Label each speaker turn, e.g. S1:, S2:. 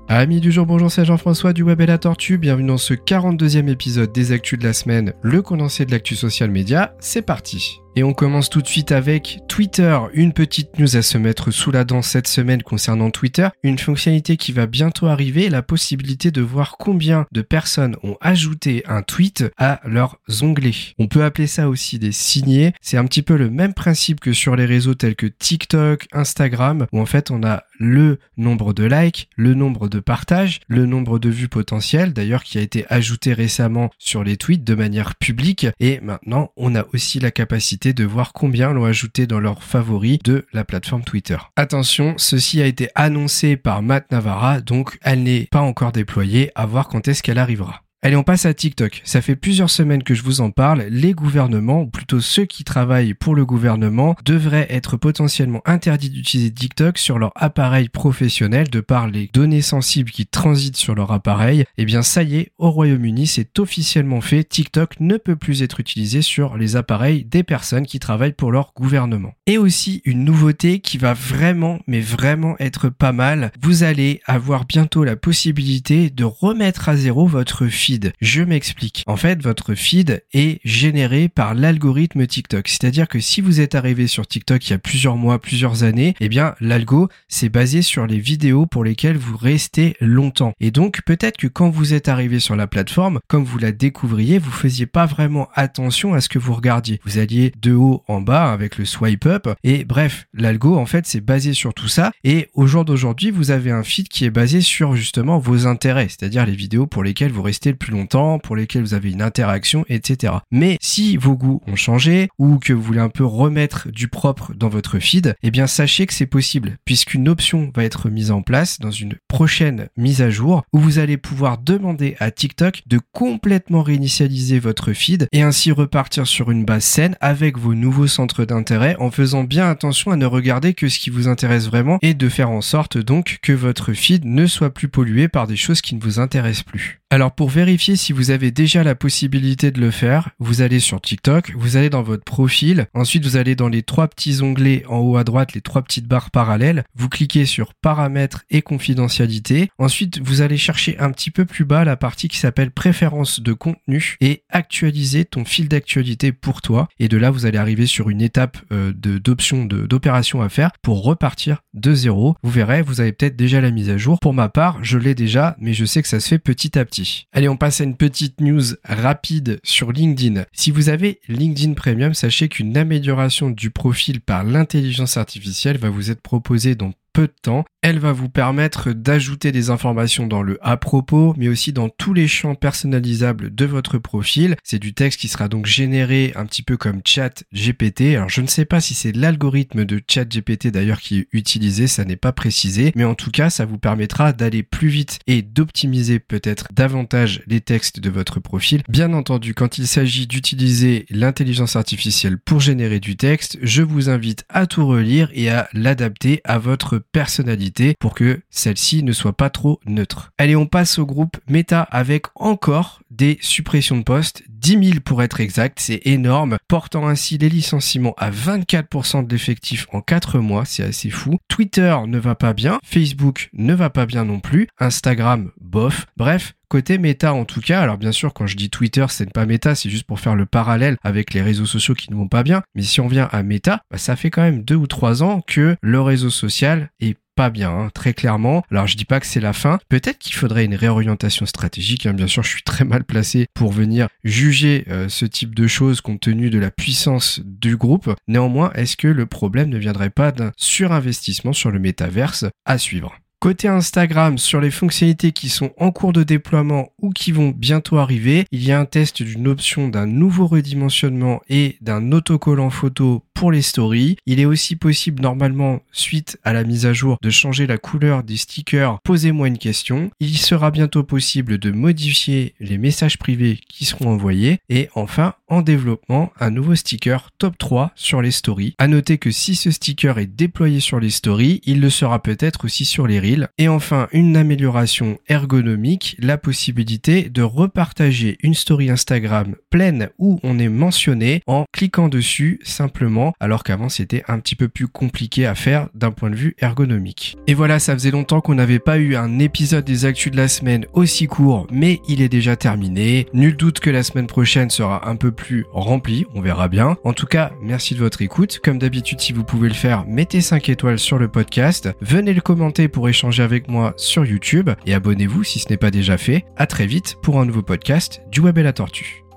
S1: Amis du jour, bonjour, c'est Jean-François du Web et la Tortue, bienvenue dans ce 42e épisode des Actus de la semaine, le condensé de l'actu social média, c'est parti. Et on commence tout de suite avec Twitter, une petite news à se mettre sous la dent cette semaine concernant Twitter, une fonctionnalité qui va bientôt arriver, la possibilité de voir combien de personnes ont ajouté un tweet à leurs onglets. On peut appeler ça aussi des signés, c'est un petit peu le même principe que sur les réseaux tels que TikTok, Instagram, où en fait on a le nombre de likes, le nombre de partages, le nombre de vues potentielles, d'ailleurs qui a été ajouté récemment sur les tweets de manière publique, et maintenant on a aussi la capacité de voir combien l'ont ajouté dans leurs favoris de la plateforme Twitter. Attention, ceci a été annoncé par Matt Navarra, donc elle n'est pas encore déployée, à voir quand est-ce qu'elle arrivera. Allez, on passe à TikTok. Ça fait plusieurs semaines que je vous en parle. Les gouvernements, ou plutôt ceux qui travaillent pour le gouvernement, devraient être potentiellement interdits d'utiliser TikTok sur leur appareil professionnel de par les données sensibles qui transitent sur leur appareil. Eh bien, ça y est, au Royaume-Uni, c'est officiellement fait. TikTok ne peut plus être utilisé sur les appareils des personnes qui travaillent pour leur gouvernement. Et aussi, une nouveauté qui va vraiment être pas mal. Vous allez avoir bientôt la possibilité de remettre à zéro votre feed. Je m'explique. En fait, votre feed est généré par l'algorithme TikTok. C'est-à-dire que si vous êtes arrivé sur TikTok il y a plusieurs mois, plusieurs années, eh bien, l'algo, c'est basé sur les vidéos pour lesquelles vous restez longtemps. Et donc, peut-être que quand vous êtes arrivé sur la plateforme, comme vous la découvriez, vous faisiez pas vraiment attention à ce que vous regardiez. Vous alliez de haut en bas avec le swipe up. Et bref, l'algo, en fait, c'est basé sur tout ça. Et au jour d'aujourd'hui, vous avez un feed qui est basé sur justement vos intérêts. C'est-à-dire les vidéos pour lesquelles vous restez plus longtemps, pour lesquels vous avez une interaction, etc. Mais si vos goûts ont changé ou que vous voulez un peu remettre du propre dans votre feed, eh bien sachez que c'est possible puisqu'une option va être mise en place dans une prochaine mise à jour où vous allez pouvoir demander à TikTok de complètement réinitialiser votre feed et ainsi repartir sur une base saine avec vos nouveaux centres d'intérêt en faisant bien attention à ne regarder que ce qui vous intéresse vraiment et de faire en sorte donc que votre feed ne soit plus pollué par des choses qui ne vous intéressent plus. Alors pour vérifier si vous avez déjà la possibilité de le faire, vous allez sur TikTok, vous allez dans votre profil, ensuite vous allez dans les trois petits onglets en haut à droite, les trois petites barres parallèles, vous cliquez sur paramètres et confidentialité, ensuite vous allez chercher un petit peu plus bas la partie qui s'appelle préférences de contenu et actualiser ton fil d'actualité pour toi et de là vous allez arriver sur une étape d'opération à faire pour repartir de zéro. Vous verrez, vous avez peut-être déjà la mise à jour. Pour ma part, je l'ai déjà, mais je sais que ça se fait petit à petit. Allez, on passe à une petite news rapide sur LinkedIn. Si vous avez LinkedIn Premium, sachez qu'une amélioration du profil par l'intelligence artificielle va vous être proposée dans peu de temps. Elle va vous permettre d'ajouter des informations dans le à propos, mais aussi dans tous les champs personnalisables de votre profil. C'est du texte qui sera donc généré un petit peu comme ChatGPT. Alors je ne sais pas si c'est l'algorithme de ChatGPT d'ailleurs qui est utilisé, ça n'est pas précisé, mais en tout cas ça vous permettra d'aller plus vite et d'optimiser peut-être davantage les textes de votre profil. Bien entendu, quand il s'agit d'utiliser l'intelligence artificielle pour générer du texte, je vous invite à tout relire et à l'adapter à votre personnalité pour que celle-ci ne soit pas trop neutre. Allez, on passe au groupe Meta avec encore des suppressions de postes, 10 000 pour être exact, c'est énorme, portant ainsi les licenciements à 24% de l'effectif en 4 mois, c'est assez fou. Twitter ne va pas bien, Facebook ne va pas bien non plus, Instagram, bof, bref, côté Meta en tout cas, alors bien sûr quand je dis Twitter c'est pas Meta, c'est juste pour faire le parallèle avec les réseaux sociaux qui ne vont pas bien, mais si on vient à Meta, ça fait quand même 2 ou 3 ans que le réseau social est pas bien, très clairement. Alors je dis pas que c'est la fin, peut-être qu'il faudrait une réorientation stratégique, bien sûr je suis très mal placé pour venir juger ce type de choses compte tenu de la puissance du groupe. Néanmoins, est-ce que le problème ne viendrait pas d'un surinvestissement sur le métaverse à suivre? Côté Instagram, sur les fonctionnalités qui sont en cours de déploiement ou qui vont bientôt arriver, il y a un test d'une option d'un nouveau redimensionnement et d'un autocollant photo pour les stories. Il est aussi possible normalement, suite à la mise à jour, de changer la couleur des stickers « Posez-moi une question ». Il sera bientôt possible de modifier les messages privés qui seront envoyés. Et enfin, en développement, un nouveau sticker top 3 sur les stories. À noter que si ce sticker est déployé sur les stories, il le sera peut-être aussi sur les Reels. Reel. Et enfin, une amélioration ergonomique, la possibilité de repartager une story Instagram pleine où on est mentionné en cliquant dessus simplement, alors qu'avant c'était un petit peu plus compliqué à faire d'un point de vue ergonomique. Et voilà, ça faisait longtemps qu'on n'avait pas eu un épisode des actus de la semaine aussi court, mais il est déjà terminé. Nul doute que la semaine prochaine sera un peu plus remplie, on verra bien. En tout cas, merci de votre écoute. Comme d'habitude, si vous pouvez le faire, mettez 5 étoiles sur le podcast, venez le commenter pour échanger avec moi sur YouTube et abonnez-vous si ce n'est pas déjà fait. À très vite pour un nouveau podcast du Web et la Tortue.